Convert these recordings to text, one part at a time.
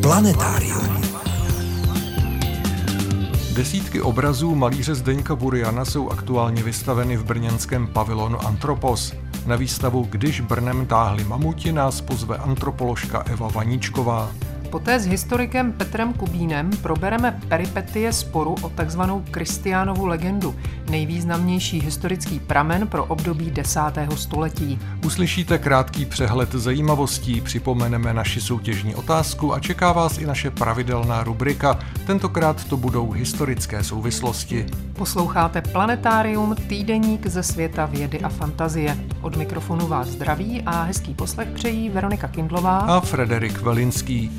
Planetárium. Desítky obrazů malíře Zdeňka Buriana jsou aktuálně vystaveny v brněnském pavilonu Antropos. Na výstavu Když Brnem táhli mamuti nás pozve antropoložka Eva Vaníčková. Poté s historikem Petrem Kubínem probereme peripetie sporu o takzvanou Kristiánovu legendu, nejvýznamnější historický pramen pro období 10. století. Uslyšíte krátký přehled zajímavostí, připomeneme naši soutěžní otázku a čeká vás i naše pravidelná rubrika. Tentokrát to budou historické souvislosti. Posloucháte Planetárium, týdeník ze světa vědy a fantazie. Od mikrofonu vás zdraví a hezký poslech přejí Veronika Kindlová a Frederik Velinský.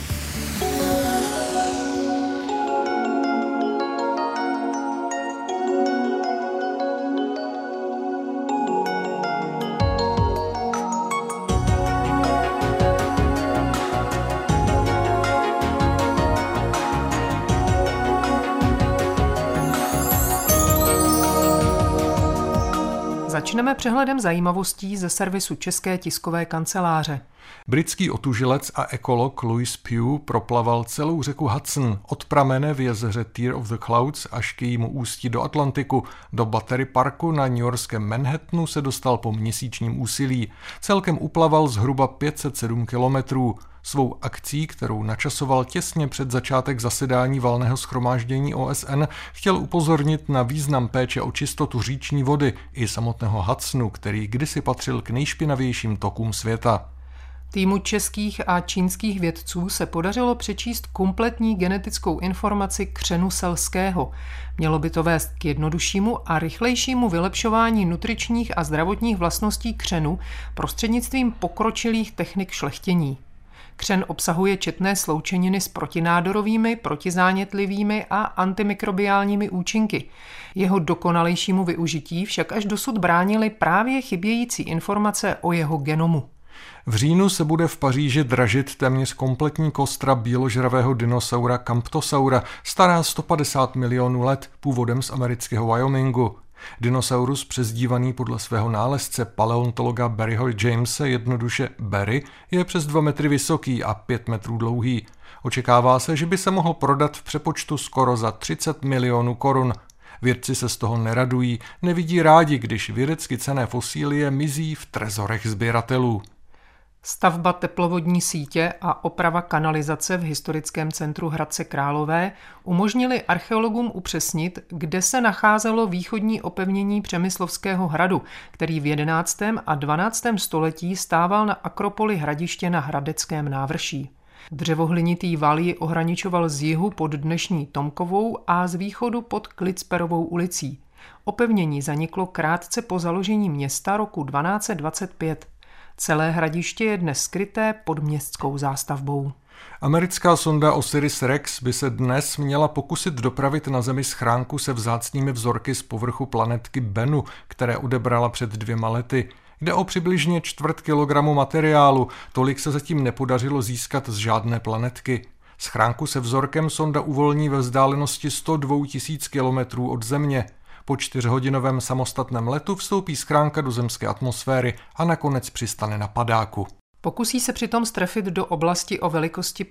Začneme přehledem zajímavostí ze servisu České tiskové kanceláře. Britský otužilec a ekolog Louis Pugh proplaval celou řeku Hudson od pramene v jezeře Tear of the Clouds až k jejímu ústí do Atlantiku. Do Battery Parku na newyorském Manhattanu se dostal po měsíčním úsilí. Celkem uplaval zhruba 507 kilometrů. Svou akcí, kterou načasoval těsně před začátek zasedání valného shromáždění OSN, chtěl upozornit na význam péče o čistotu říční vody i samotného Hudsonu, který kdysi patřil k nejšpinavějším tokům světa. Týmu českých a čínských vědců se podařilo přečíst kompletní genetickou informaci křenu selského. Mělo by to vést k jednoduššímu a rychlejšímu vylepšování nutričních a zdravotních vlastností křenu prostřednictvím pokročilých technik šlechtění. Křen obsahuje četné sloučeniny s protinádorovými, protizánětlivými a antimikrobiálními účinky. Jeho dokonalejšímu využití však až dosud bránily právě chybějící informace o jeho genomu. V říjnu se bude v Paříži dražit téměř kompletní kostra býložravého dinosaura Camptosaura, stará 150 milionů let, původem z amerického Wyomingu. Dinosaurus, přezdívaný podle svého nálezce paleontologa Barryho Jamese jednoduše Barry, je přes 2 metry vysoký a 5 metrů dlouhý. Očekává se, že by se mohl prodat v přepočtu skoro za 30 milionů korun. Vědci se z toho neradují, nevidí rádi, když vědecky cenné fosílie mizí v trezorech sběratelů. Stavba teplovodní sítě a oprava kanalizace v historickém centru Hradce Králové umožnili archeologům upřesnit, kde se nacházelo východní opevnění Přemyslovského hradu, který v 11. a 12. století stával na akropoli hradiště na Hradeckém návrší. Dřevohlinitý val ji ohraničoval z jihu pod dnešní Tomkovou a z východu pod Klicperovou ulicí. Opevnění zaniklo krátce po založení města roku 1225. Celé hradiště je dnes skryté pod městskou zástavbou. Americká sonda Osiris-Rex by se dnes měla pokusit dopravit na Zemi schránku se vzácnými vzorky z povrchu planetky Bennu, které odebrala před 2 lety. Jde o přibližně 1/4 kilogramu materiálu, tolik se zatím nepodařilo získat z žádné planetky. Schránku se vzorkem sonda uvolní ve vzdálenosti 102 000 kilometrů od Země. Po 4hodinovém samostatném letu vstoupí schránka do zemské atmosféry a nakonec přistane na padáku. Pokusí se přitom strefit do oblasti o velikosti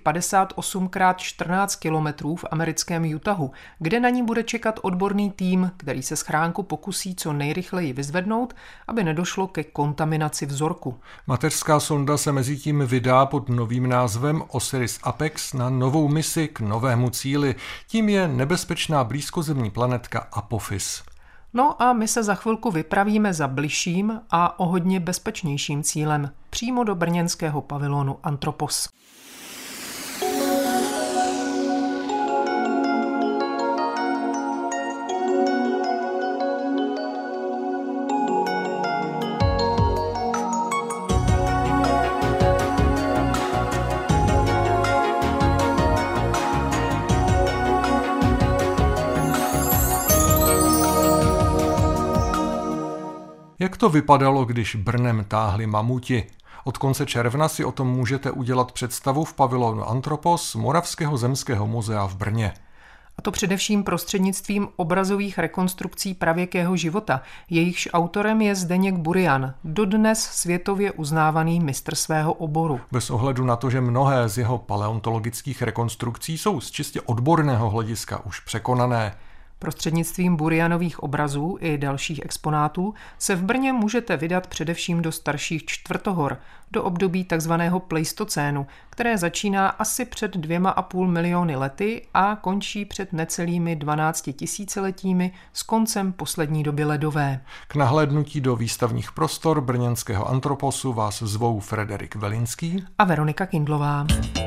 58x14 kilometrů v americkém Utahu, kde na ní bude čekat odborný tým, který se schránku pokusí co nejrychleji vyzvednout, aby nedošlo ke kontaminaci vzorku. Mateřská sonda se mezitím vydá pod novým názvem Osiris Apex na novou misi k novému cíli. Tím je nebezpečná blízkozemní planetka Apophis. No a my se za chvilku vypravíme za bližším a o hodně bezpečnějším cílem, přímo do brněnského pavilonu Antropos. Jak to vypadalo, když Brnem táhli mamuti? Od konce června si o tom můžete udělat představu v pavilonu Antropos Moravského zemského muzea v Brně. A to především prostřednictvím obrazových rekonstrukcí pravěkého života. Jejichž autorem je Zdeněk Burian, dodnes světově uznávaný mistr svého oboru. Bez ohledu na to, že mnohé z jeho paleontologických rekonstrukcí jsou z čistě odborného hlediska už překonané. Prostřednictvím Burianových obrazů i dalších exponátů se v Brně můžete vydat především do starších čtvrtohor, do období tzv. Pleistocénu, které začíná asi před 2,5 miliony lety a končí před necelými 12 tisíciletími s koncem poslední doby ledové. K nahlédnutí do výstavních prostor brněnského Antroposu vás zvou Frederik Velinský a Veronika Kindlová.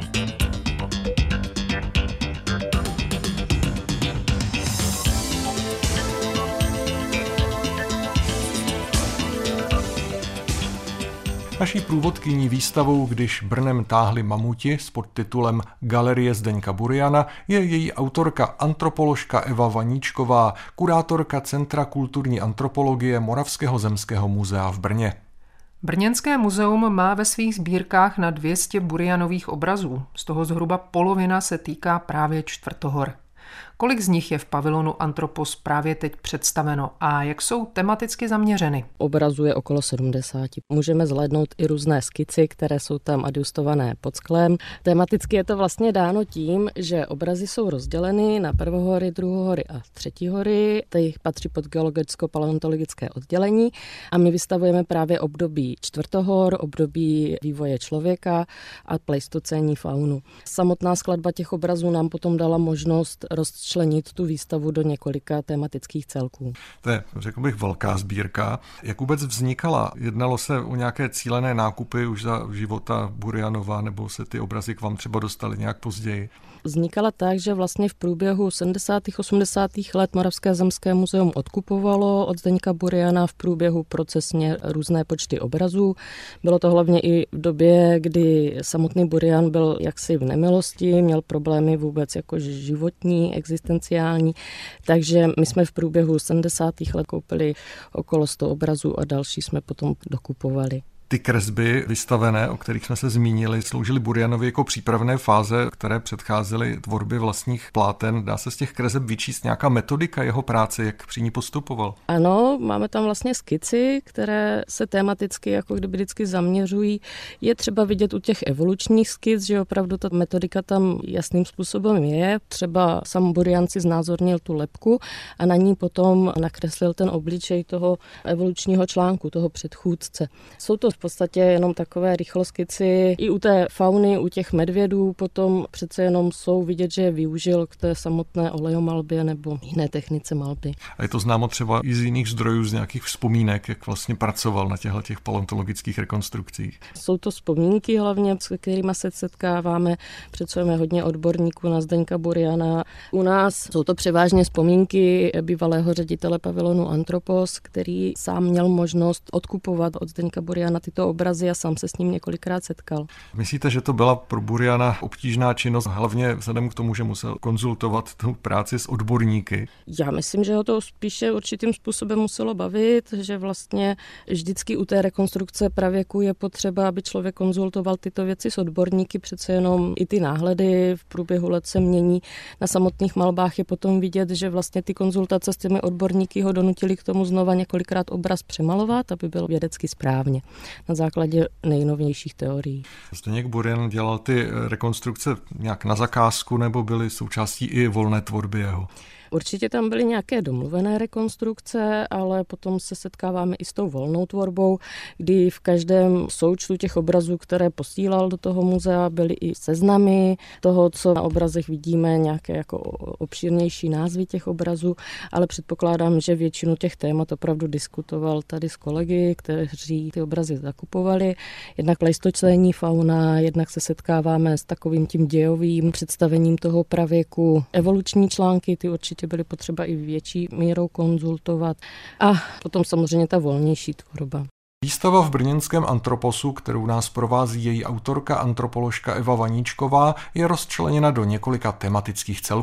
Naší průvodkyní výstavou Když Brnem táhli mamuti s podtitulem Galerie Zdeňka Buriana je její autorka antropoložka Eva Vaníčková, kurátorka Centra kulturní antropologie Moravského zemského muzea v Brně. Brněnské muzeum má ve svých sbírkách na 200 Burianových obrazů, z toho zhruba polovina se týká právě čtvrtohor. Kolik z nich je v pavilonu Antropos právě teď představeno a jak jsou tematicky zaměřeny? Obrazů je okolo 70. Můžeme zhlédnout i různé skici, které jsou tam adjustované pod sklem. Tematicky je to vlastně dáno tím, že obrazy jsou rozděleny na prvohory, druhohory a třetihory. Ty patří pod geologicko-paleontologické oddělení a my vystavujeme právě období čtvrtohor, období vývoje člověka a pleistocénní faunu. Samotná skladba těch obrazů nám potom dala možnost rozčlenit tu výstavu do několika tematických celků. To je, řekl bych, velká sbírka. Jak vůbec vznikala? Jednalo se o nějaké cílené nákupy už za života Burianova, nebo se ty obrazy k vám třeba dostaly nějak později? Vznikala tak, že vlastně v průběhu 70. 80. let Moravské zemské muzeum odkupovalo od Zdeňka Buriana v průběhu procesně různé počty obrazů. Bylo to hlavně i v době, kdy samotný Burian byl jaksi v nemilosti, měl problémy vůbec jako životní, existenciální, takže my jsme v průběhu 70. let koupili okolo 100 obrazů a další jsme potom dokupovali. Ty kresby vystavené, o kterých jsme se zmínili, sloužily Burianovi jako přípravné fáze, které předcházely tvorbě vlastních pláten. Dá se z těch kreseb vyčíst nějaká metodika jeho práce, jak při ní postupoval? Ano, máme tam vlastně skici, které se tematicky jako kdyby vždycky zaměřují. Je třeba vidět u těch evolučních skic, že opravdu ta metodika tam jasným způsobem je. Třeba sám Burian si znázornil tu lebku a na ní potom nakreslil ten obličej toho evolučního článku, toho předchůdce. Jsou to v podstatě jenom takové rychloskici. I u té fauny, u těch medvědů potom přece jenom jsou vidět, že je využil k té samotné olejomalbě nebo jiné technice malby. A je to známo třeba i z jiných zdrojů, z nějakých vzpomínek, jak vlastně pracoval na těch paleontologických rekonstrukcích? Jsou to vzpomínky hlavně, s kterými se setkáváme. Pracujeme hodně odborníků na Zdeňka Buriana. U nás jsou to převážně vzpomínky bývalého ředitele pavilonu Antropos, který sám měl možnost odkupovat od Zdeňka Buriana tyto obrazy a sám se s ním několikrát setkal. Myslíte, že to byla pro Buriana obtížná činnost, hlavně vzhledem k tomu, že musel konzultovat tu práci s odborníky? Já myslím, že ho to spíše určitým způsobem muselo bavit, že vlastně vždycky u té rekonstrukce pravěku je potřeba, aby člověk konzultoval tyto věci s odborníky, přece jenom i ty náhledy v průběhu let se mění. Na samotných malbách je potom vidět, že vlastně ty konzultace s těmi odborníky ho donutili k tomu znova několikrát obraz přemalovat, aby byl vědecky správně. Na základě nejnovějších teorií. Zdeněk Burian dělal ty rekonstrukce nějak na zakázku nebo byly součástí i volné tvorby jeho? Určitě tam byly nějaké domluvené rekonstrukce, ale potom se setkáváme i s tou volnou tvorbou, kdy v každém součtu těch obrazů, které posílal do toho muzea, byly i seznamy toho, co na obrazech vidíme, nějaké jako obšírnější názvy těch obrazů, ale předpokládám, že většinu těch témat opravdu diskutoval tady s kolegy, kteří ty obrazy zakupovali. Jednak pleistocénní fauna, jednak se setkáváme s takovým tím dějovým představením toho pravěku. Evoluční články, ty určitě byly potřeba i větší mírou konzultovat a potom samozřejmě ta volnější tvorba. Výstava v brněnském Antroposu, kterou nás provází její autorka antropoložka Eva Vaníčková, je rozčleněna do několika tematických celků.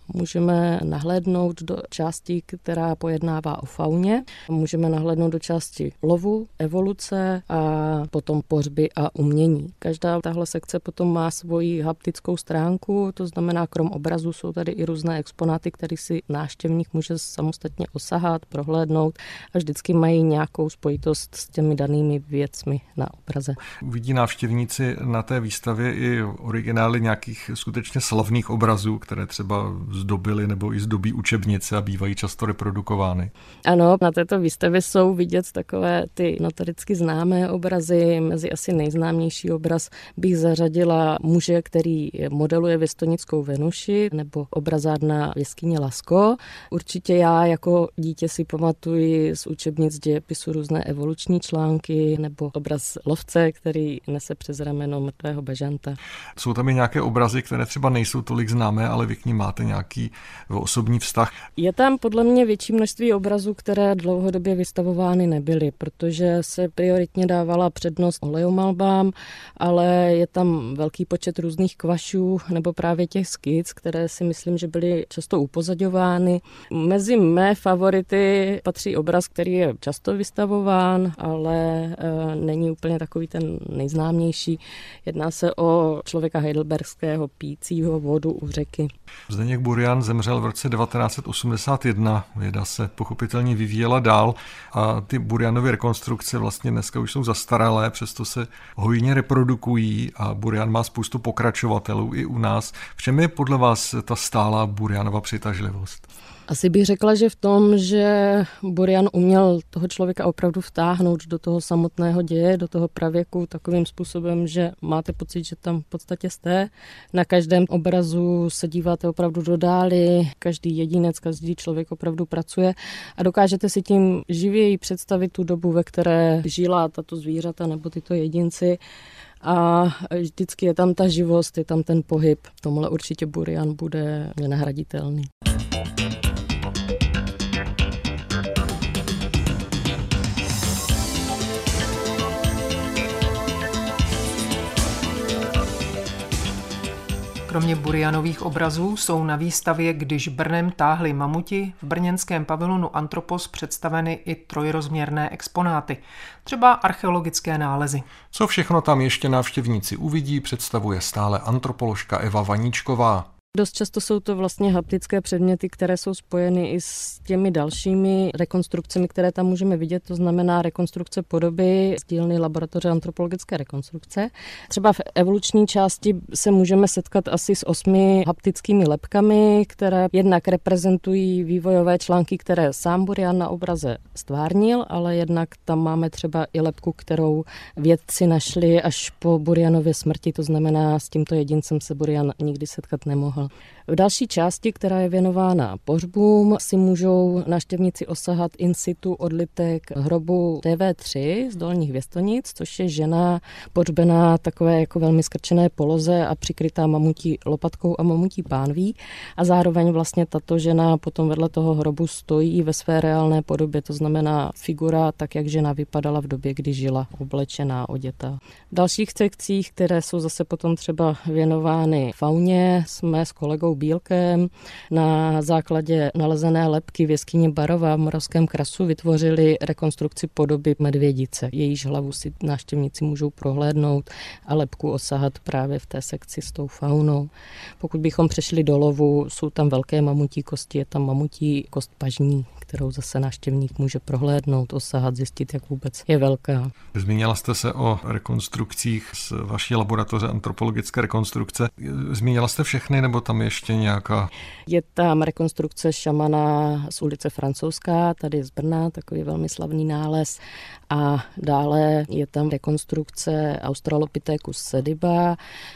Můžeme nahlédnout do části, která pojednává o fauně, můžeme nahlédnout do části lovu, evoluce a potom pohřby a umění. Každá tahle sekce potom má svoji haptickou stránku, to znamená, krom obrazu jsou tady i různé exponáty, které si návštěvník může samostatně osahat, prohlédnout a vždycky mají nějakou spojitost s těmi danými věcmi na obraze. Uvidí návštěvníci na té výstavě i originály nějakých skutečně slavných obrazů, které třeba zdobily nebo i zdobí učebnice a bývají často reprodukovány. Ano, na této výstavě jsou vidět takové ty notoricky známé obrazy. Mezi asi nejznámější obraz bych zařadila muže, který modeluje věstonickou Venuši nebo obrazárna v jeskyni Lasko. Určitě já jako dítě si pamatuji z učebnic dějepisu různé evoluční články nebo obraz lovce, který nese přes rameno mrtvého bažanta. Jsou tam i nějaké obrazy, které třeba nejsou tolik známé, ale vy k ním máte nějaký osobní vztah? Je tam podle mě větší množství obrazů, které dlouhodobě vystavovány nebyly, protože se prioritně dávala přednost olejomalbám, ale je tam velký počet různých kvašů nebo právě těch skic, které si myslím, že byly často upozaďovány. Mezi mé favority patří obraz, který je často vystavován, ale není úplně takový ten nejznámější. Jedná se o člověka heidelberského pijícího vodu u řeky. Zdeněk Burian zemřel v roce 1981. Věda se pochopitelně vyvíjela dál a ty Burianovy rekonstrukce vlastně dneska už jsou zastaralé, přesto se hojně reprodukují a Burian má spoustu pokračovatelů i u nás. V čem je podle vás ta stálá Burianova přitažlivost? Asi bych řekla, že v tom, že Burian uměl toho člověka opravdu vtáhnout do toho samotného děje, do toho pravěku takovým způsobem, že máte pocit, že tam v podstatě jste. Na každém obrazu se díváte opravdu do dály, každý jedinec, každý člověk opravdu pracuje a dokážete si tím živěji představit tu dobu, ve které žila tato zvířata nebo tyto jedinci. A vždycky je tam ta živost, je tam ten pohyb. V tomhle určitě Burian bude nenahraditelný. Kromě Burianových obrazů jsou na výstavě Když Brnem táhli mamuti v brněnském pavilonu Antropos představeny i trojrozměrné exponáty, třeba archeologické nálezy. Co všechno tam ještě návštěvníci uvidí, představuje stále antropoložka Eva Vaníčková. Dost často jsou to vlastně haptické předměty, které jsou spojeny i s těmi dalšími rekonstrukcemi, které tam můžeme vidět, to znamená rekonstrukce podoby z dílny laboratoře antropologické rekonstrukce. Třeba v evoluční části se můžeme setkat asi s 8 haptickými lebkami, které jednak reprezentují vývojové články, které sám Burian na obraze stvárnil, ale jednak tam máme třeba i lebku, kterou vědci našli až po Burianově smrti, to znamená s tímto jedincem se Burian nikdy setkat nemohl. V další části, která je věnována pohřbům, si můžou návštěvníci osahat in situ odlitek hrobu TV3 z Dolních Věstonic, což je žena pohřbená takové jako velmi skrčené poloze a přikrytá mamutí lopatkou a mamutí pánví. A zároveň vlastně tato žena potom vedle toho hrobu stojí ve své reálné podobě, to znamená figura tak, jak žena vypadala v době, kdy žila, oblečená, odětá. V dalších sekcích, které jsou zase potom třeba věnovány fauně, jsme s kolegou Bílkem na základě nalezené lebky v jeskyni Barova v Moravském Krasu vytvořili rekonstrukci podoby medvědice. Jejíž hlavu si návštěvníci můžou prohlédnout a lebku osahat právě v té sekci s tou faunou. Pokud bychom přešli do lovu, jsou tam velké mamutí kosti, je tam mamutí kost pažní, kterou zase návštěvník může prohlédnout, osahat, zjistit, jak vůbec je velká. Zmínila jste se o rekonstrukcích z vaší laboratoře antropologické rekonstrukce. Zmínila jste všechny, nebo tam ještě nějaká? Je tam rekonstrukce šamana z ulice Francouzská, tady z Brna, takový velmi slavný nález. A dále je tam rekonstrukce Australopithecus sediba.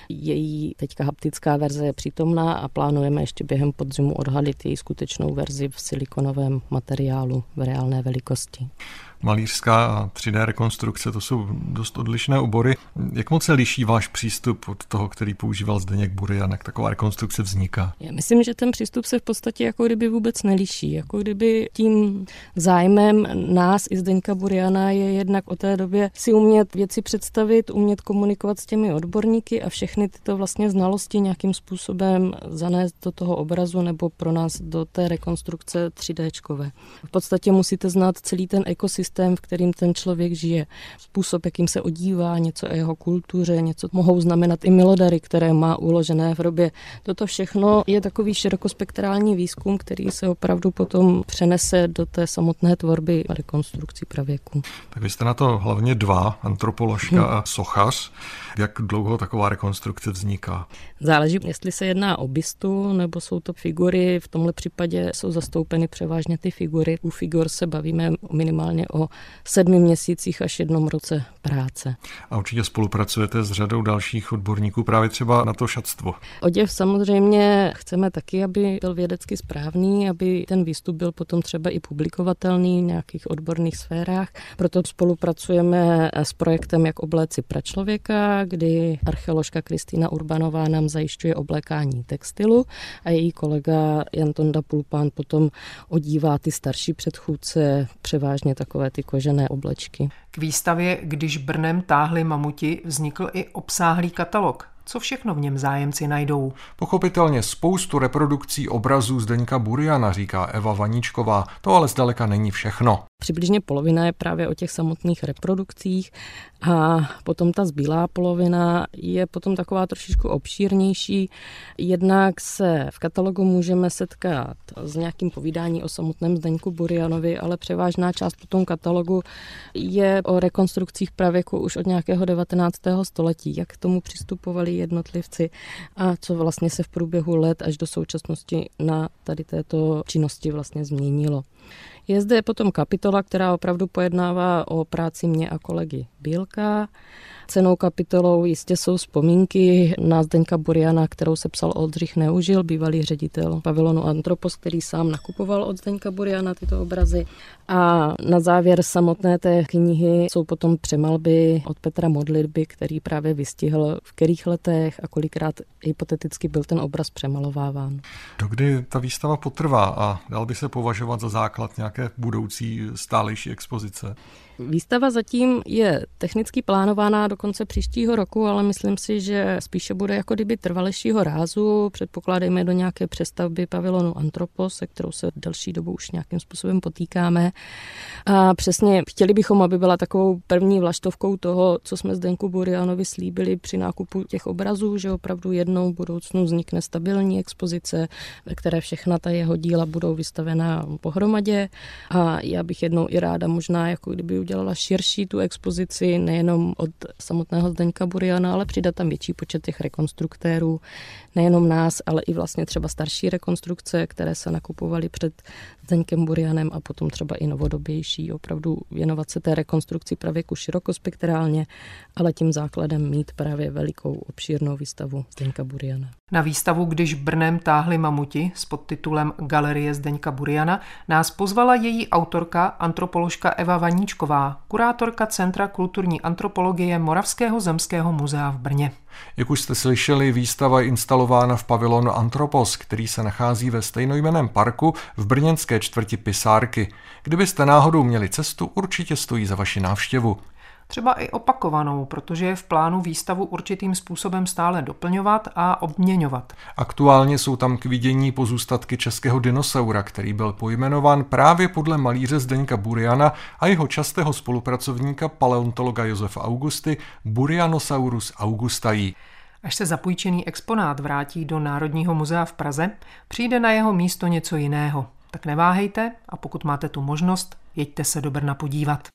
Její teďka haptická verze je přítomná a plánujeme ještě během podzimu odhalit její skutečnou verzi v silikonovém materiálu v reálné velikosti. Malířská a 3D rekonstrukce, to jsou dost odlišné obory. Jak moc se liší váš přístup od toho, který používal Zdeněk Burian, jak taková rekonstrukce vzniká? Já myslím, že ten přístup se v podstatě jako kdyby vůbec neliší. Jako kdyby tím zájmem nás i Zdeňka Buriana je jednak o té době si umět věci představit, umět komunikovat s těmi odborníky a všechny tyto vlastně znalosti nějakým způsobem zanést do toho obrazu nebo pro nás do té rekonstrukce 3Dčkové. V podstatě musíte znát celý ten ekosystém, v kterým ten člověk žije. Způsob, jakým se odívá, něco o jeho kultuře, něco mohou znamenat i milodary, které má uložené v hrobě. Toto všechno je takový širokospektrální výzkum, který se opravdu potom přenese do té samotné tvorby a rekonstrukcí pravěku. Tak vy jste na to hlavně dva, antropoložka a sochař. Jak dlouho taková rekonstrukce vzniká? Záleží, jestli se jedná o bystu, nebo jsou to figury. V tomhle případě jsou zastoupeny převážně ty figury. U figur se bavíme minimálně o 7 měsících až 1 roce práce. A určitě spolupracujete s řadou dalších odborníků právě třeba na to šatstvo. Oděv samozřejmě chceme taky, aby byl vědecky správný, aby ten výstup byl potom třeba i publikovatelný v nějakých odborných sférách. Proto spolupracujeme s projektem Jak obléci pračlověka, kdy archeoložka Kristýna Urbanová nám zajišťuje oblékání textilu a její kolega Jan Tonda Pulpán potom odívá ty starší předchůdce, převážně takové ty kožené oblečky. K výstavě Když Brnem táhli mamuti vznikl i obsáhlý katalog. Co všechno v něm zájemci najdou? Pochopitelně spoustu reprodukcí obrazů Zdeňka Buriana, říká Eva Vaníčková. To ale zdaleka není všechno. Přibližně polovina je právě o těch samotných reprodukcích a potom ta zbylá polovina je potom taková trošičku obšírnější. Jednak se v katalogu můžeme setkat s nějakým povídání o samotném Zdeňku Burianovi, ale převážná část potom katalogu je o rekonstrukcích pravěku už od nějakého 19. století, jak k tomu přistupovali jednotlivci a co vlastně se v průběhu let až do současnosti na tady této činnosti vlastně změnilo. Je zde potom kapitola, která opravdu pojednává o práci mě a kolegy Bílka. Cennou kapitolou jistě jsou vzpomínky na Zdeňka Buriana, kterou se psal Oldřich Neužil, bývalý ředitel pavilonu Antropos, který sám nakupoval od Zdeňka Buriana tyto obrazy. A na závěr samotné té knihy jsou potom přemalby od Petra Modlitby, který právě vystihl, v kterých letech a kolikrát hypoteticky byl ten obraz přemalováván. Dokdy ta výstava potrvá a dal by se považovat za základ nějaké budoucí stálejší expozice? Výstava zatím je technicky plánovaná do konce příštího roku, ale myslím si, že spíše bude jako kdyby trvalejšího rázu. Předpokládejme do nějaké přestavby pavilonu Antropos, se kterou se delší dobu už nějakým způsobem potýkáme. A přesně chtěli bychom, aby byla takovou první vlaštovkou toho, co jsme Zdeňku Burianovi slíbili při nákupu těch obrazů, že opravdu jednou v budoucnu vznikne stabilní expozice, ve které všechna ta jeho díla budou vystavená pohromadě. A já bych jednou i ráda možná jako kdyby udělala širší tu expozici, nejenom od samotného Zdeňka Buriana, ale přidat tam větší počet těch rekonstruktérů, nejenom nás, ale i vlastně třeba starší rekonstrukce, které se nakupovaly před Zdeňkem Burianem a potom třeba i novodobější, opravdu věnovat se té rekonstrukci pravěku širokospektrálně, ale tím základem mít právě velikou obšírnou výstavu Zdeňka Buriana. Na výstavu Když Brnem táhli mamuti s podtitulem Galerie Zdeňka Buriana nás pozvala její autorka, antropoložka Eva Vaníčková, kurátorka Centra kulturní antropologie Moravského zemského muzea v Brně. Jak už jste slyšeli, výstava je instalována v pavilonu Antropos, který se nachází ve stejnojmenném parku v brněnské čtvrti Pisárky. Kdybyste náhodou měli cestu, určitě stojí za vaši návštěvu. Třeba i opakovanou, protože je v plánu výstavu určitým způsobem stále doplňovat a obměňovat. Aktuálně jsou tam k vidění pozůstatky českého dinosaura, který byl pojmenován právě podle malíře Zdeňka Buriana a jeho častého spolupracovníka paleontologa Josefa Augusty Burianosaurus augustae. Až se zapůjčený exponát vrátí do Národního muzea v Praze, přijde na jeho místo něco jiného. Tak neváhejte a pokud máte tu možnost, jeďte se do Brna podívat.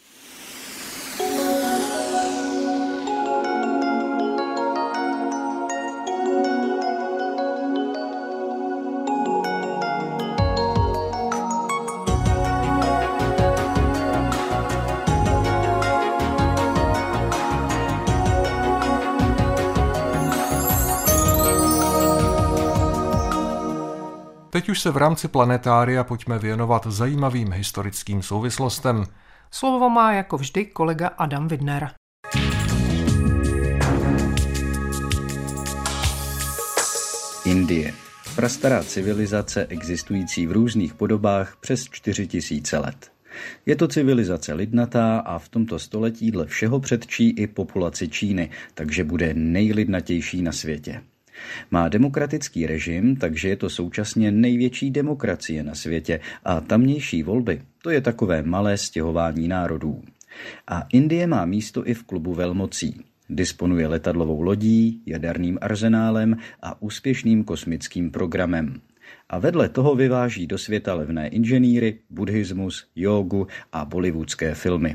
Teď už se v rámci planetária pojďme věnovat zajímavým historickým souvislostem. Slovo má jako vždy kolega Adam Widner. Indie. Prastará civilizace existující v různých podobách přes 4000 let. Je to civilizace lidnatá a v tomto století dle všeho předčí i populaci Číny, takže bude nejlidnatější na světě. Má demokratický režim, takže je to současně největší demokracie na světě a tamnější volby, to je takové malé stěhování národů. A Indie má místo i v klubu velmocí. Disponuje letadlovou lodí, jaderným arzenálem a úspěšným kosmickým programem. A vedle toho vyváží do světa levné inženýry, buddhismus, jógu a bollywoodské filmy.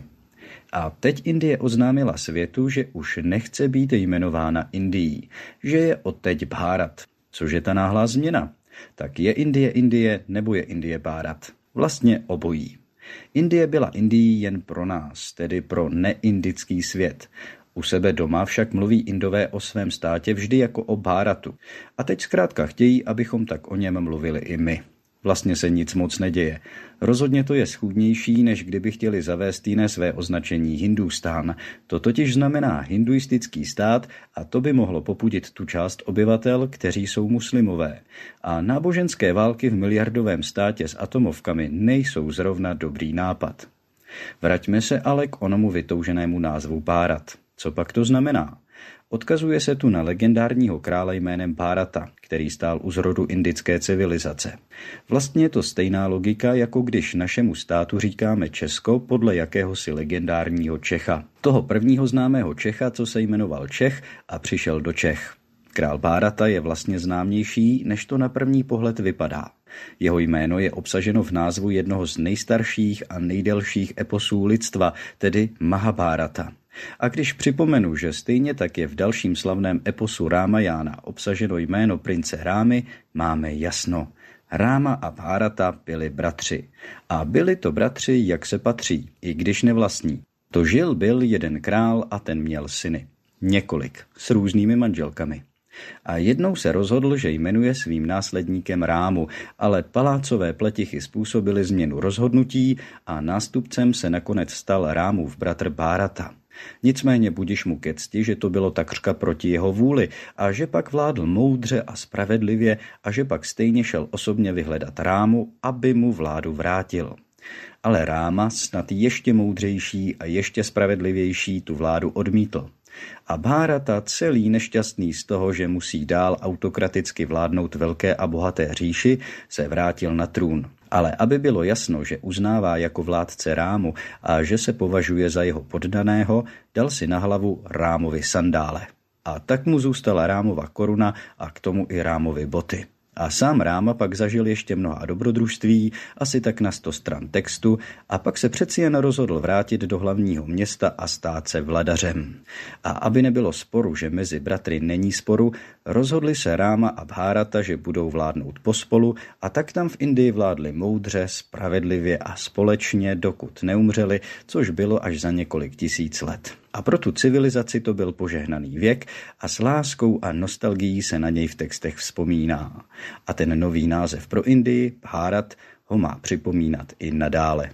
A teď Indie oznámila světu, že už nechce být jmenována Indií, že je odteď Bharat. Což je ta náhlá změna? Tak je Indie Indie nebo je Indie Bharat? Vlastně obojí. Indie byla Indií jen pro nás, tedy pro neindický svět. U sebe doma však mluví Indové o svém státě vždy jako o Bharatu. A teď zkrátka chtějí, abychom tak o něm mluvili i my. Vlastně se nic moc neděje. Rozhodně to je schůdnější, než kdyby chtěli zavést jiné své označení Hindustán. To totiž znamená hinduistický stát a to by mohlo popudit tu část obyvatel, kteří jsou muslimové. A náboženské války v miliardovém státě s atomovkami nejsou zrovna dobrý nápad. Vraťme se ale k onomu vytouženému názvu Bharat. Co pak to znamená? Odkazuje se tu na legendárního krále jménem Bharata, který stál u zrodu indické civilizace. Vlastně je to stejná logika, jako když našemu státu říkáme Česko podle jakéhosi legendárního Čecha. Toho prvního známého Čecha, co se jmenoval Čech a přišel do Čech. Král Bharata je vlastně známější, než to na první pohled vypadá. Jeho jméno je obsaženo v názvu jednoho z nejstarších a nejdelších eposů lidstva, tedy Mahabharata. A když připomenu, že stejně tak je v dalším slavném eposu Rámajána obsaženo jméno prince Rámy, máme jasno. Ráma a Bharata byli bratři. A byli to bratři, jak se patří, i když nevlastní. To žil byl jeden král a ten měl syny. Několik, s různými manželkami. A jednou se rozhodl, že jmenuje svým následníkem Rámu, ale palácové pletichy způsobily změnu rozhodnutí a nástupcem se nakonec stal Rámův bratr Bharata. Nicméně budiš mu ke cti, že to bylo takřka proti jeho vůli a že pak vládl moudře a spravedlivě a že pak stejně šel osobně vyhledat Rámu, aby mu vládu vrátil. Ale Ráma, snad ještě moudřejší a ještě spravedlivější, tu vládu odmítl. A Bharata, celý nešťastný z toho, že musí dál autokraticky vládnout velké a bohaté říši, se vrátil na trůn. Ale aby bylo jasno, že uznává jako vládce Rámu a že se považuje za jeho poddaného, dal si na hlavu Rámovi sandále. A tak mu zůstala Rámova koruna a k tomu i Rámovy boty. A sám Ráma pak zažil ještě mnoha dobrodružství, asi tak na 100 stran textu, a pak se přeci jen rozhodl vrátit do hlavního města a stát se vladařem. A aby nebylo sporu, že mezi bratry není sporu, rozhodli se Ráma a Bharata, že budou vládnout pospolu, a tak tam v Indii vládli moudře, spravedlivě a společně, dokud neumřeli, což bylo až za několik tisíc let. A pro tu civilizaci to byl požehnaný věk a s láskou a nostalgií se na něj v textech vzpomíná. A ten nový název pro Indii, Bharat, ho má připomínat i nadále.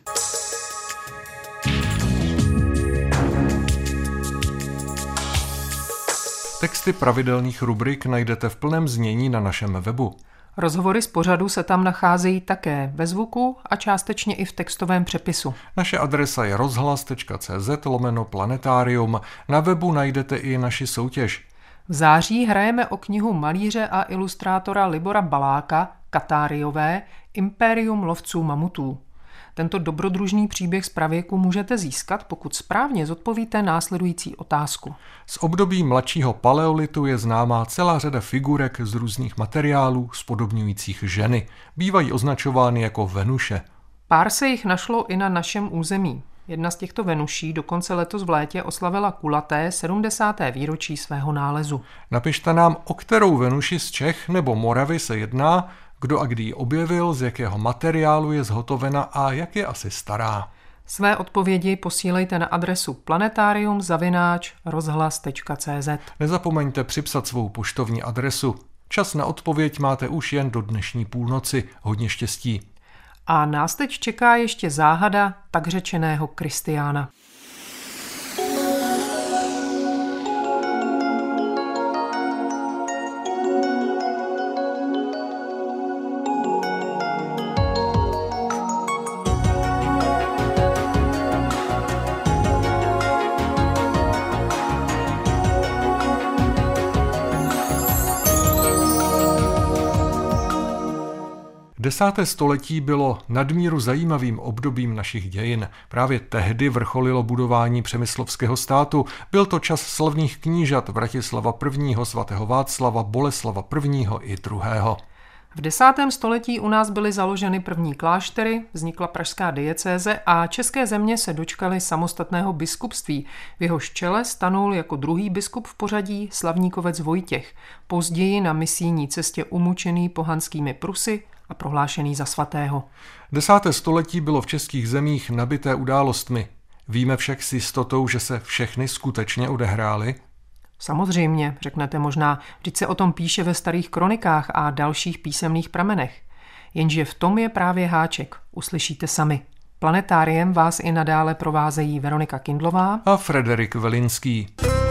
Texty pravidelných rubrik najdete v plném znění na našem webu. Rozhovory z pořadu se tam nacházejí také ve zvuku a částečně i v textovém přepisu. Naše adresa je rozhlas.cz/planetarium. Na webu najdete i naši soutěž. V září hrajeme o knihu malíře a ilustrátora Libora Baláka Katáriové Impérium lovců mamutů. Tento dobrodružný příběh z pravěku můžete získat, pokud správně zodpovíte následující otázku. Z období mladšího paleolitu je známá celá řada figurek z různých materiálů spodobňujících ženy. Bývají označovány jako Venuše. Pár se jich našlo i na našem území. Jedna z těchto Venuší dokonce letos v létě oslavila kulaté 70. výročí svého nálezu. Napište nám, o kterou Venuši z Čech nebo Moravy se jedná, kdo a kdy ji objevil, z jakého materiálu je zhotovena a jak je asi stará. Své odpovědi posílejte na adresu planetarium@rozhlas.cz. Nezapomeňte připsat svou poštovní adresu. Čas na odpověď máte už jen do dnešní půlnoci. Hodně štěstí. A nás teď čeká ještě záhada tak řečeného Kristiána. Desáté století bylo nadmíru zajímavým obdobím našich dějin. Právě tehdy vrcholilo budování přemyslovského státu. Byl to čas slavných knížat Vratislava I., svatého Václava, Boleslava I. i II. V 10. století u nás byly založeny první kláštery, vznikla pražská diecéze a české země se dočkaly samostatného biskupství. V jehož čele stanul jako druhý biskup v pořadí slavníkovec Vojtěch, později na misijní cestě umučený pohanskými Prusy a prohlášený za svatého. 10. století bylo v českých zemích nabité událostmi. Víme však s jistotou, že se všechny skutečně odehrály? Samozřejmě, řeknete možná, vždyť se o tom píše ve starých kronikách a dalších písemných pramenech. Jenže v tom je právě háček, uslyšíte sami. Planetáriem vás i nadále provázejí Veronika Kindlová a Frederik Velinský.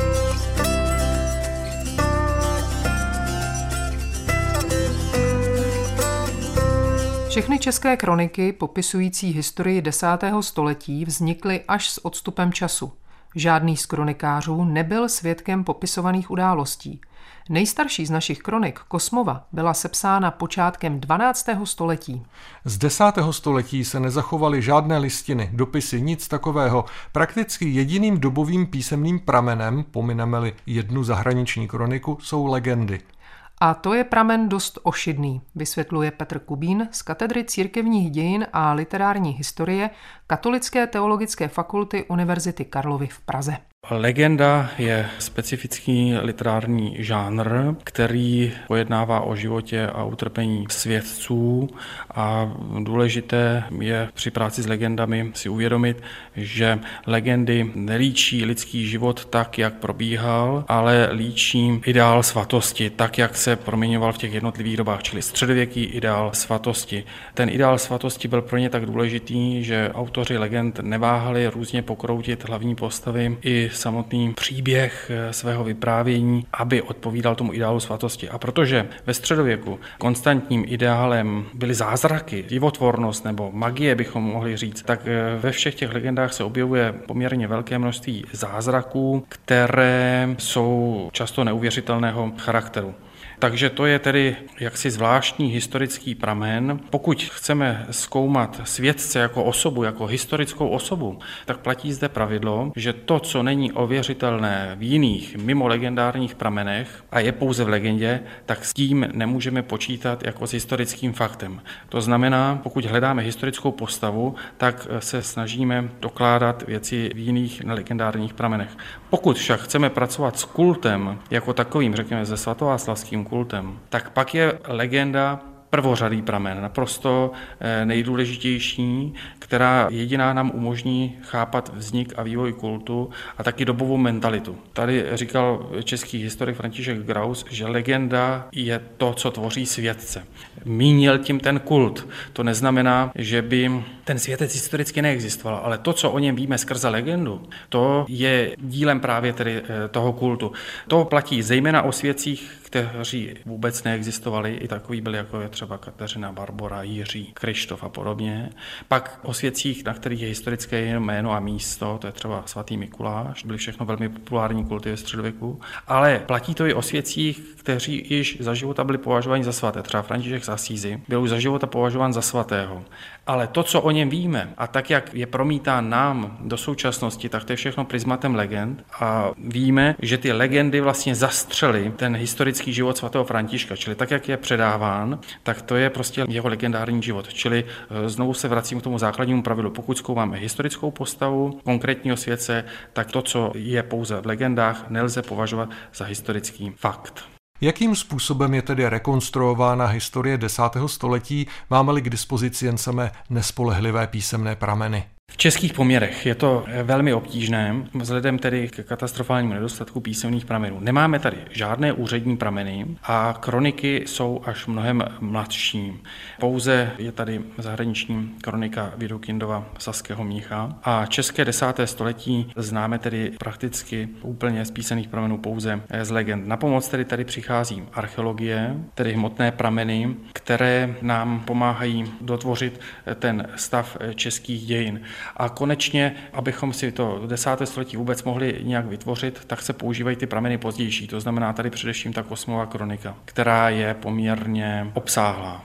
Všechny české kroniky popisující historii 10. století vznikly až s odstupem času. Žádný z kronikářů nebyl svědkem popisovaných událostí. Nejstarší z našich kronik, Kosmova, byla sepsána počátkem 12. století. Z 10. století se nezachovaly žádné listiny, dopisy, nic takového. Prakticky jediným dobovým písemným pramenem, pomineme-li jednu zahraniční kroniku, jsou legendy. A to je pramen dost ošidný, vysvětluje Petr Kubín z katedry církevních dějin a literární historie Katolické teologické fakulty Univerzity Karlovy v Praze. Legenda je specifický literární žánr, který pojednává o životě a utrpení svědců a důležité je při práci s legendami si uvědomit, že legendy nelíčí lidský život tak, jak probíhal, ale líčí ideál svatosti, tak, jak se proměňoval v těch jednotlivých dobách, čili středověký ideál svatosti. Ten ideál svatosti byl pro ně tak důležitý, že autoři legend neváhali různě pokroutit hlavní postavy i samotný příběh svého vyprávění, aby odpovídal tomu ideálu svatosti. A protože ve středověku konstantním ideálem byly zázraky, životvornost nebo magie, bychom mohli říct, tak ve všech těch legendách se objevuje poměrně velké množství zázraků, které jsou často neuvěřitelného charakteru. Takže to je tedy jaksi zvláštní historický pramen. Pokud chceme zkoumat svědce jako osobu, jako historickou osobu, tak platí zde pravidlo, že to, co není ověřitelné v jiných mimo legendárních pramenech a je pouze v legendě, tak s tím nemůžeme počítat jako s historickým faktem. To znamená, pokud hledáme historickou postavu, tak se snažíme dokládat věci v jiných nelegendárních pramenech. Pokud však chceme pracovat s kultem jako takovým, řekněme se svatováclavským kultem, tak pak je legenda prvořadý pramen, naprosto nejdůležitější, která jediná nám umožní chápat vznik a vývoj kultu a taky dobovou mentalitu. Tady říkal český historik František Graus, že legenda je to, co tvoří světce. Mínil tím ten kult. To neznamená, že by ten světec historicky neexistoval, ale to, co o něm víme skrze legendu, to je dílem právě tedy toho kultu. To platí zejména o svědcích, kteří vůbec neexistovali, i takový byli, jako je třeba Kateřina, Barbora, Jiří, Krištof a podobně. Pak o svědcích, na kterých je historické jméno a místo, to je třeba svatý Mikuláš, byly všechno velmi populární kulty ve středověku, ale platí to i o svědcích, kteří již za života byli považováni za svaté. Třeba František z Asízy byl už za života považován za svatého. Ale to, co o něm víme a tak, jak je promítán nám do současnosti, tak to je všechno prismatem legend a víme, že ty legendy vlastně zastřely ten historický život svatého Františka, čili tak, jak je předáván, tak to je prostě jeho legendární život. Čili znovu se vracím k tomu základnímu pravidlu. Pokud zkoumáme historickou postavu konkrétního svědce, tak to, co je pouze v legendách, nelze považovat za historický fakt. Jakým způsobem je tedy rekonstruována historie 10. století, máme-li k dispozici jen samé nespolehlivé písemné prameny? V českých poměrech je to velmi obtížné, vzhledem tedy k katastrofálnímu nedostatku písemných pramenů. Nemáme tady žádné úřední prameny a kroniky jsou až mnohem mladší. Pouze je tady zahraniční kronika Vidokindova Saského mnicha a české 10. století známe tedy prakticky úplně z písemných pramenů pouze z legend. Na pomoc tedy tady přichází archeologie, tedy hmotné prameny, které nám pomáhají dotvořit ten stav českých dějin. A konečně, abychom si to 10. století vůbec mohli nějak vytvořit, tak se používají ty prameny pozdější. To znamená tady především ta Kosmova kronika, která je poměrně obsáhlá.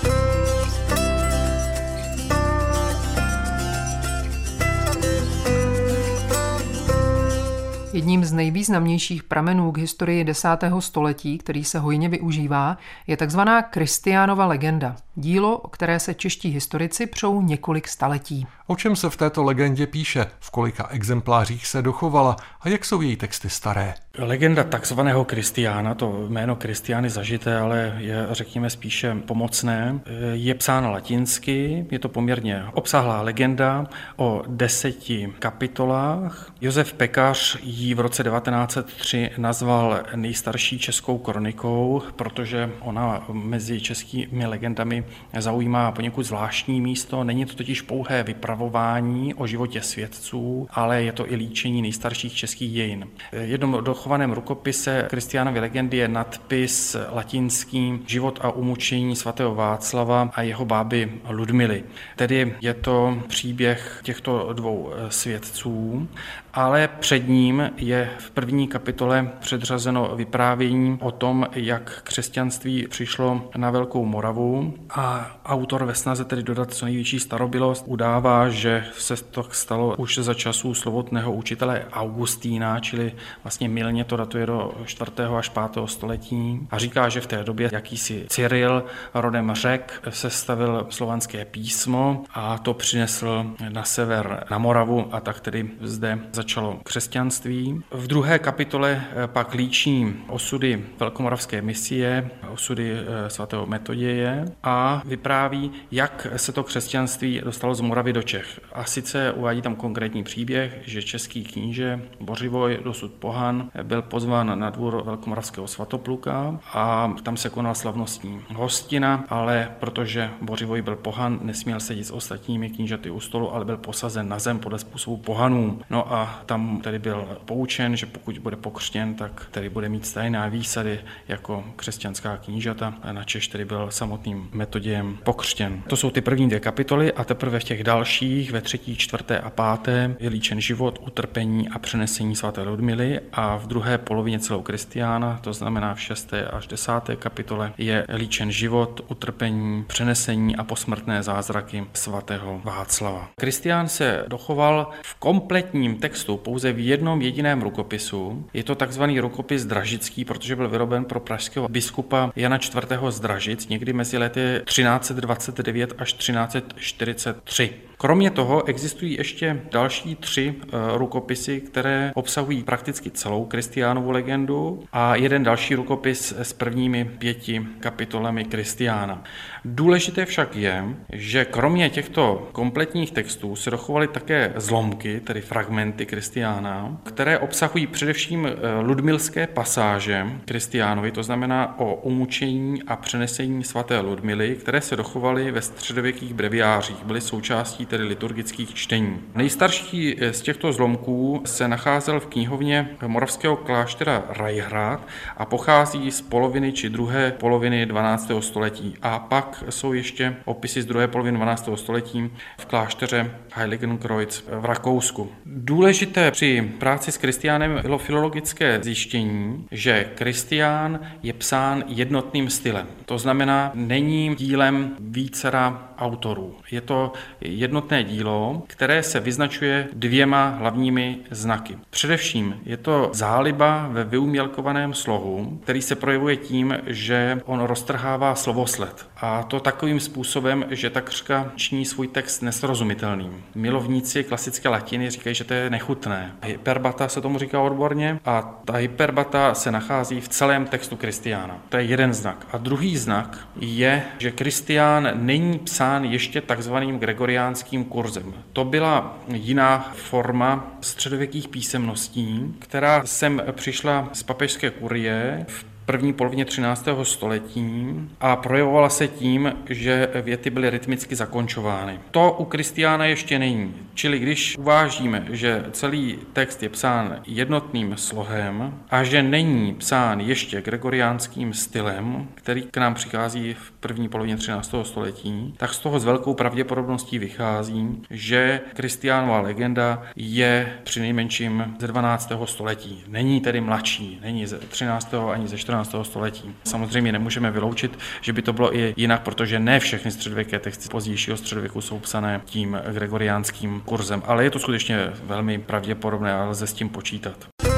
Jedním z nejvýznamnějších pramenů k historii 10. století, který se hojně využívá, je takzvaná Kristiánova legenda. Dílo, o které se čeští historici přou několik staletí. O čem se v této legendě píše, v kolika exemplářích se dochovala a jak jsou její texty staré? Legenda takzvaného Kristiána, to jméno Kristián je zažité, ale je, řekněme, spíše pomocné, je psána latinsky, je to poměrně obsáhlá legenda o 10 kapitolách. Josef Pekař ji v roce 1903 nazval nejstarší českou kronikou, protože ona mezi českými legendami zaujímá poněkud zvláštní místo. Není to totiž pouhé vypravování o životě svědců, ale je to i líčení nejstarších českých dějin. V jednom dochovaném rukopise Kristiánovy legendy je nadpis latinský Život a umučení svatého Václava a jeho báby Ludmily. Tedy je to příběh těchto dvou svědců, ale před ním je v první kapitole předřazeno vyprávění o tom, jak křesťanství přišlo na Velkou Moravu a autor ve snaze tedy dodat co největší starobylost udává, že se to stalo už za časů slovotného učitele Augustína, čili vlastně mylně to datuje do 4. až 5. století a říká, že v té době jakýsi Cyril rodem Řek sestavil slovanské písmo a to přinesl na sever na Moravu a tak tedy zde začalo křesťanství. V druhé kapitole pak líčí osudy velkomoravské misie, osudy svatého Metoděje a vypráví, jak se to křesťanství dostalo z Moravy do Čech. A sice uvádí tam konkrétní příběh, že český kníže Bořivoj, dosud pohan, byl pozván na dvůr velkomoravského Svatopluka a tam se konala slavnostní hostina, ale protože Bořivoj byl pohan, nesměl sedět s ostatními knížaty u stolu, ale byl posazen na zem podle způsobu pohanů. No a tam tedy byl poučen, že pokud bude pokřtěn, tak tedy bude mít stejné výsady jako křesťanská knížata. A načež tedy byl samotným Metodějem pokřtěn. To jsou ty první 2 kapitoly a teprve v těch dalších, ve 3., 4. a 5. je líčen život, utrpení a přenesení svaté Ludmily a v druhé polovině celou Kristiána, to znamená v 6. až 10. kapitole, je líčen život, utrpení, přenesení a posmrtné zázraky svatého Václava. Kristián se dochoval v kompletním textu pouze v jednom jediném rukopisu. Je to takzvaný rukopis dražický, protože byl vyroben pro pražského biskupa Jana IV. Z Dražic někdy mezi lety 1329 až 1343. Kromě toho existují ještě další 3 rukopisy, které obsahují prakticky celou Kristiánovu legendu a jeden další rukopis s prvními 5 kapitolami Kristiána. Důležité však je, že kromě těchto kompletních textů se dochovaly také zlomky, tedy fragmenty Kristiána, které obsahují především ludmilské pasáže Kristiánovi, to znamená o umučení a přenesení svaté Ludmily, které se dochovaly ve středověkých breviářích, byly součástí tedy liturgických čtení. Nejstarší z těchto zlomků se nacházel v knihovně moravského kláštera Rajhrad a pochází z poloviny či druhé poloviny 12. století. A pak jsou ještě opisy z druhé poloviny 12. století v klášteře Heiligenkreuz v Rakousku. Důležité při práci s Kristiánem bylo filologické zjištění, že Kristián je psán jednotným stylem. To znamená, není dílem vícera autorů. Je to jednotné dílo, které se vyznačuje 2 hlavními znaky. Především je to záliba ve vyumělkovaném slohu, který se projevuje tím, že on roztrhává slovosled. A to takovým způsobem, že takřka činí svůj text nesrozumitelným. Milovníci klasické latiny říkají, že to je nechutné. Hyperbata se tomu říká odborně a ta hyperbata se nachází v celém textu Kristiána. To je jeden znak. A druhý znak je, že Kristián není psán psán ještě takzvaným gregoriánským kurzem. To byla jiná forma středověkých písemností, která sem přišla z papežské kurie v první polovině 13. století a projevovala se tím, že věty byly rytmicky zakončovány. To u Kristiána ještě není. Čili když uvážíme, že celý text je psán jednotným slohem a že není psán ještě gregoriánským stylem, který k nám přichází v první polovině 13. století, tak z toho s velkou pravděpodobností vychází, že Kristiánova legenda je přinejmenším ze 12. století. Není tedy mladší, není ze 13. ani ze 14. století. Samozřejmě nemůžeme vyloučit, že by to bylo i jinak, protože ne všechny středověké texty pozdějšího středověku jsou psané tím gregoriánským kurzem, ale je to skutečně velmi pravděpodobné a lze s tím počítat.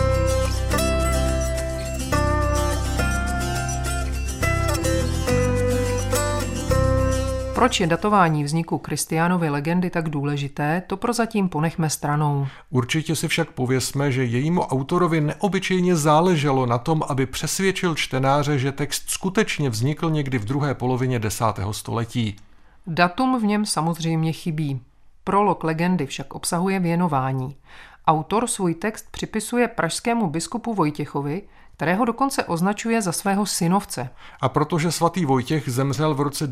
Proč je datování vzniku Kristiánovy legendy tak důležité, to prozatím ponechme stranou. Určitě si však pověsme, že jejímu autorovi neobyčejně záleželo na tom, aby přesvědčil čtenáře, že text skutečně vznikl někdy v druhé polovině 10. století. Datum v něm samozřejmě chybí. Prolog legendy však obsahuje věnování. Autor svůj text připisuje pražskému biskupu Vojtěchovi, kterého dokonce označuje za svého synovce. A protože svatý Vojtěch zemřel v roce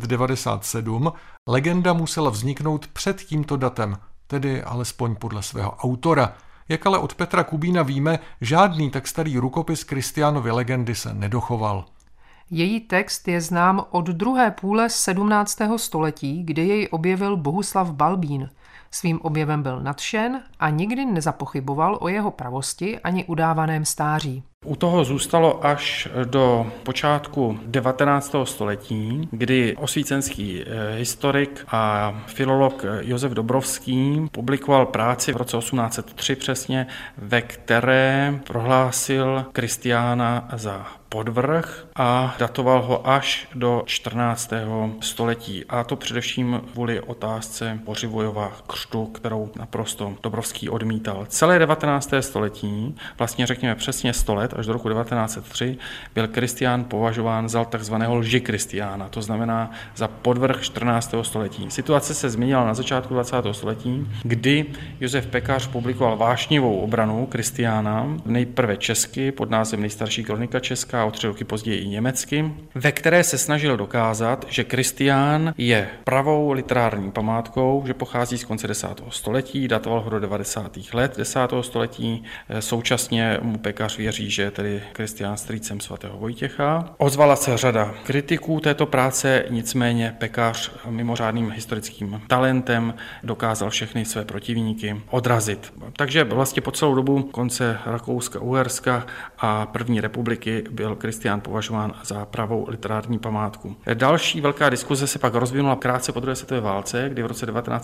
997, legenda musela vzniknout před tímto datem, tedy alespoň podle svého autora. Jak ale od Petra Kubína víme, žádný tak starý rukopis Kristiánovy legendy se nedochoval. Její text je znám od druhé půle 17. století, kdy jej objevil Bohuslav Balbín. Svým objevem byl nadšen a nikdy nezapochyboval o jeho pravosti ani udávaném stáří. U toho zůstalo až do počátku 19. století, kdy osvícenský historik a filolog Josef Dobrovský publikoval práci v roce 1803 přesně, ve které prohlásil Kristiána za podvrh a datoval ho až do 14. století. A to především kvůli otázce Bořivojova křtu, kterou naprosto Dobrovský odmítal. Celé 19. století, vlastně řekněme přesně 100 let, až do roku 1903, byl Kristián považován za takzvaného lži-kristiána, to znamená za podvrh 14. století. Situace se změnila na začátku 20. století, kdy Josef Pekař publikoval vášnivou obranu Kristiána, nejprve česky pod názvem Nejstarší kronika česká, o 3 roky později i německy, ve které se snažil dokázat, že Kristián je pravou literární památkou, že pochází z konce 10. století, datoval ho do 90. let 10. století, současně mu Pekař věří, že je tedy Kristián strýcem svatého Vojtěcha. Ozvala se řada kritiků této práce, nicméně Pekař mimořádným historickým talentem dokázal všechny své protivníky odrazit. Takže vlastně po celou dobu konce Rakouska-Uherska a první republiky byl Kristián považován za pravou literární památku. Další velká diskuze se pak rozvinula krátce po druhé světové válce, kdy v roce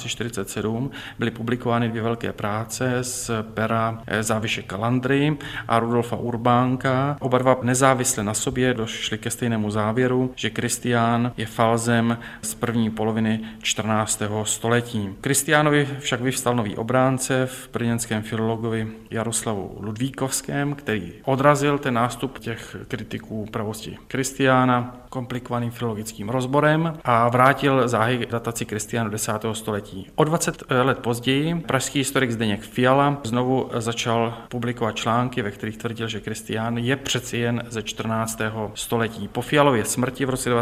1947 byly publikovány 2 velké práce z pera Záviše Kalandry a Rudolfa Urbánka. Oba dva nezávisle na sobě došli ke stejnému závěru, že Kristián je falzem z první poloviny 14. století. Kristiánovi však vyvstal nový obránce v brněnském filologovi Jaroslavu Ludvíkovském, který odrazil ten nástup těch kritiků pravosti Kristiána komplikovaným filologickým rozborem a vrátil záhy dataci Kristiána do 10. století. O 20 let později pražský historik Zdeněk Fiala znovu začal publikovat články, ve kterých tvrdil, že Kristián je přeci jen ze 14. století. Po Fialově smrti v roce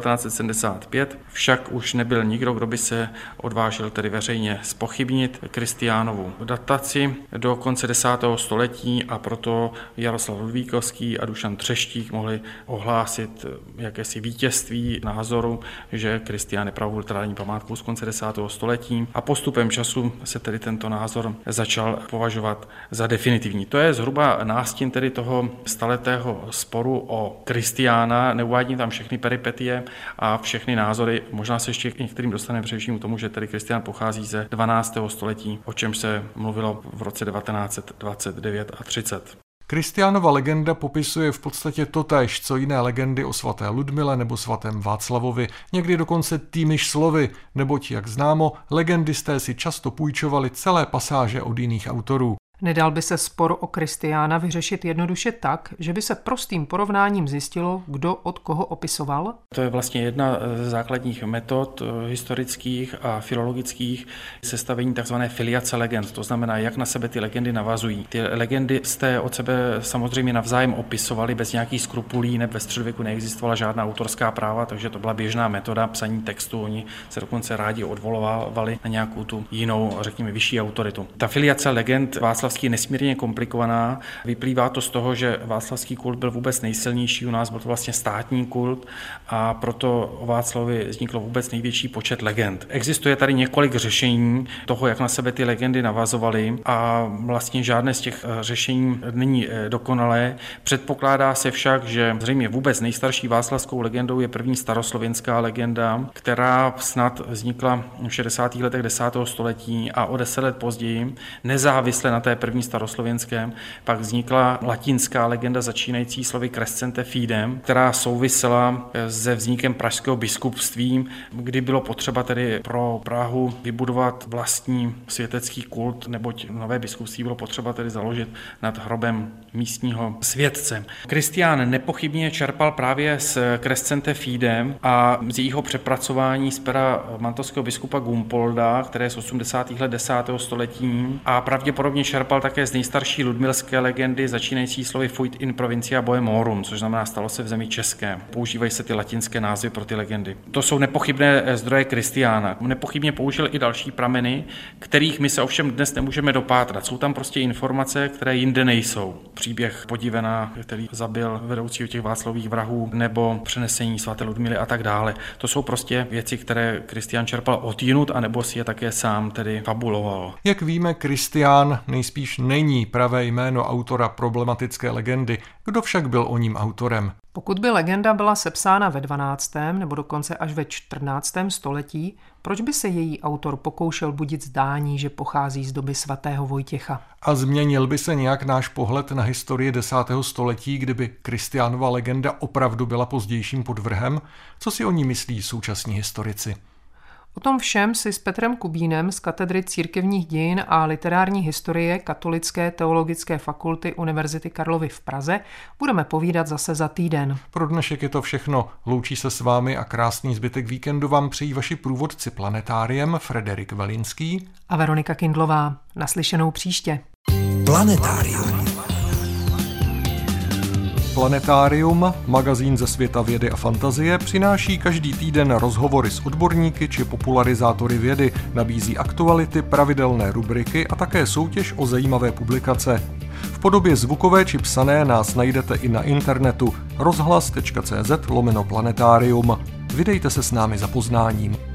1975 však už nebyl nikdo, kdo by se odvážil tedy veřejně zpochybnit Kristiánovu dataci do konce 10. století a proto Jaroslav Ludvíkovský a Dušan Třeštík mohli ohlásit jakési vítězství názoru, že Kristián je pravou literární památkou z konce 10. století a postupem času se tedy tento názor začal považovat za definitivní. To je zhruba nástin tedy toho staletého sporu o Kristiána, neuvádím tam všechny peripetie a všechny názory, možná se ještě k některým dostaneme především k tomu, že tedy Kristián pochází ze 12. století, o čem se mluvilo v roce 1929 a 30. Kristiánova legenda popisuje v podstatě totéž, co jiné legendy o svaté Ludmile nebo svatém Václavovi, někdy dokonce týmiž slovy, neboť, jak známo, legendisté si často půjčovali celé pasáže od jiných autorů. Nedal by se spor o Kristiána vyřešit jednoduše tak, že by se prostým porovnáním zjistilo, kdo od koho opisoval? To je vlastně jedna z základních metod historických a filologických sestavení tzv. Filiace legend. To znamená, jak na sebe ty legendy navazují. Ty legendy jste od sebe samozřejmě navzájem opisovali bez nějakých skrupulí, ve středověku neexistovala žádná autorská práva, takže to byla běžná metoda psaní textu. Oni se dokonce rádi odvolávali na nějakou tu jinou, řekněme, vyšší autoritu. Ta filiace legend václavský je nesmírně komplikovaná. Vyplývá to z toho, že václavský kult byl vůbec nejsilnější u nás, byl to vlastně státní kult a proto o Václavovi vzniklo vůbec největší počet legend. Existuje tady několik řešení toho, jak na sebe ty legendy navazovaly a vlastně žádné z těch řešení není dokonalé. Předpokládá se však, že zřejmě vůbec nejstarší václavskou legendou je první staroslověnská legenda, která snad vznikla v 60. letech 10. století a o 10 let později, nezávisle na té první staroslověnské, pak vznikla latinská legenda začínající slovy crescente fidem, která souvisela se vznikem pražského biskupství, kdy bylo potřeba tedy pro Prahu vybudovat vlastní světecký kult, neboť nové biskupství bylo potřeba tedy založit nad hrobem místního světce. Kristián nepochybně čerpal právě z crescente fidem a z jejího přepracování z pera mantovského biskupa Gumpolda, které je z 80. let 10. století a pravděpodobně čerpal také z nejstarší ludmilské legendy začínající slovy fuit in provincia Bohemorum, což znamená stalo se v zemi české. Používají se ty latinské názvy pro ty legendy. To jsou nepochybné zdroje Kristiána. Nepochybně použil i další prameny, kterých my se ovšem dnes nemůžeme dopátrat. Jsou tam prostě informace, které jinde nejsou. Příběh Podivena, který zabil vedoucího těch Václavových vrahů, nebo přenesení svaté Ludmily a tak dále. To jsou prostě věci, které Kristián čerpal odjinud, anebo si je také sám tedy fabuloval. Jak víme, Kristián nejspíš není pravé jméno autora problematické legendy. Kdo však byl o ním autorem? Pokud by legenda byla sepsána ve 12. nebo dokonce až ve 14. století, proč by se její autor pokoušel budit zdání, že pochází z doby svatého Vojtěcha? A změnil by se nějak náš pohled na historii 10. století, kdyby Kristiánova legenda opravdu byla pozdějším podvrhem? Co si o ní myslí současní historici? O tom všem si s Petrem Kubínem z katedry církevních dějin a literární historie Katolické teologické fakulty Univerzity Karlovy v Praze budeme povídat zase za týden. Pro dnešek je to všechno. Loučí se s vámi a krásný zbytek víkendu vám přejí vaši průvodci Planetáriem Frederik Velinský a Veronika Kindlová. Naslyšenou příště. Planetárium. Planetárium, magazín ze světa vědy a fantazie, přináší každý týden rozhovory s odborníky či popularizátory vědy, nabízí aktuality, pravidelné rubriky a také soutěž o zajímavé publikace. V podobě zvukové či psané nás najdete i na internetu rozhlas.cz/planetárium. Vydejte se s námi za poznáním.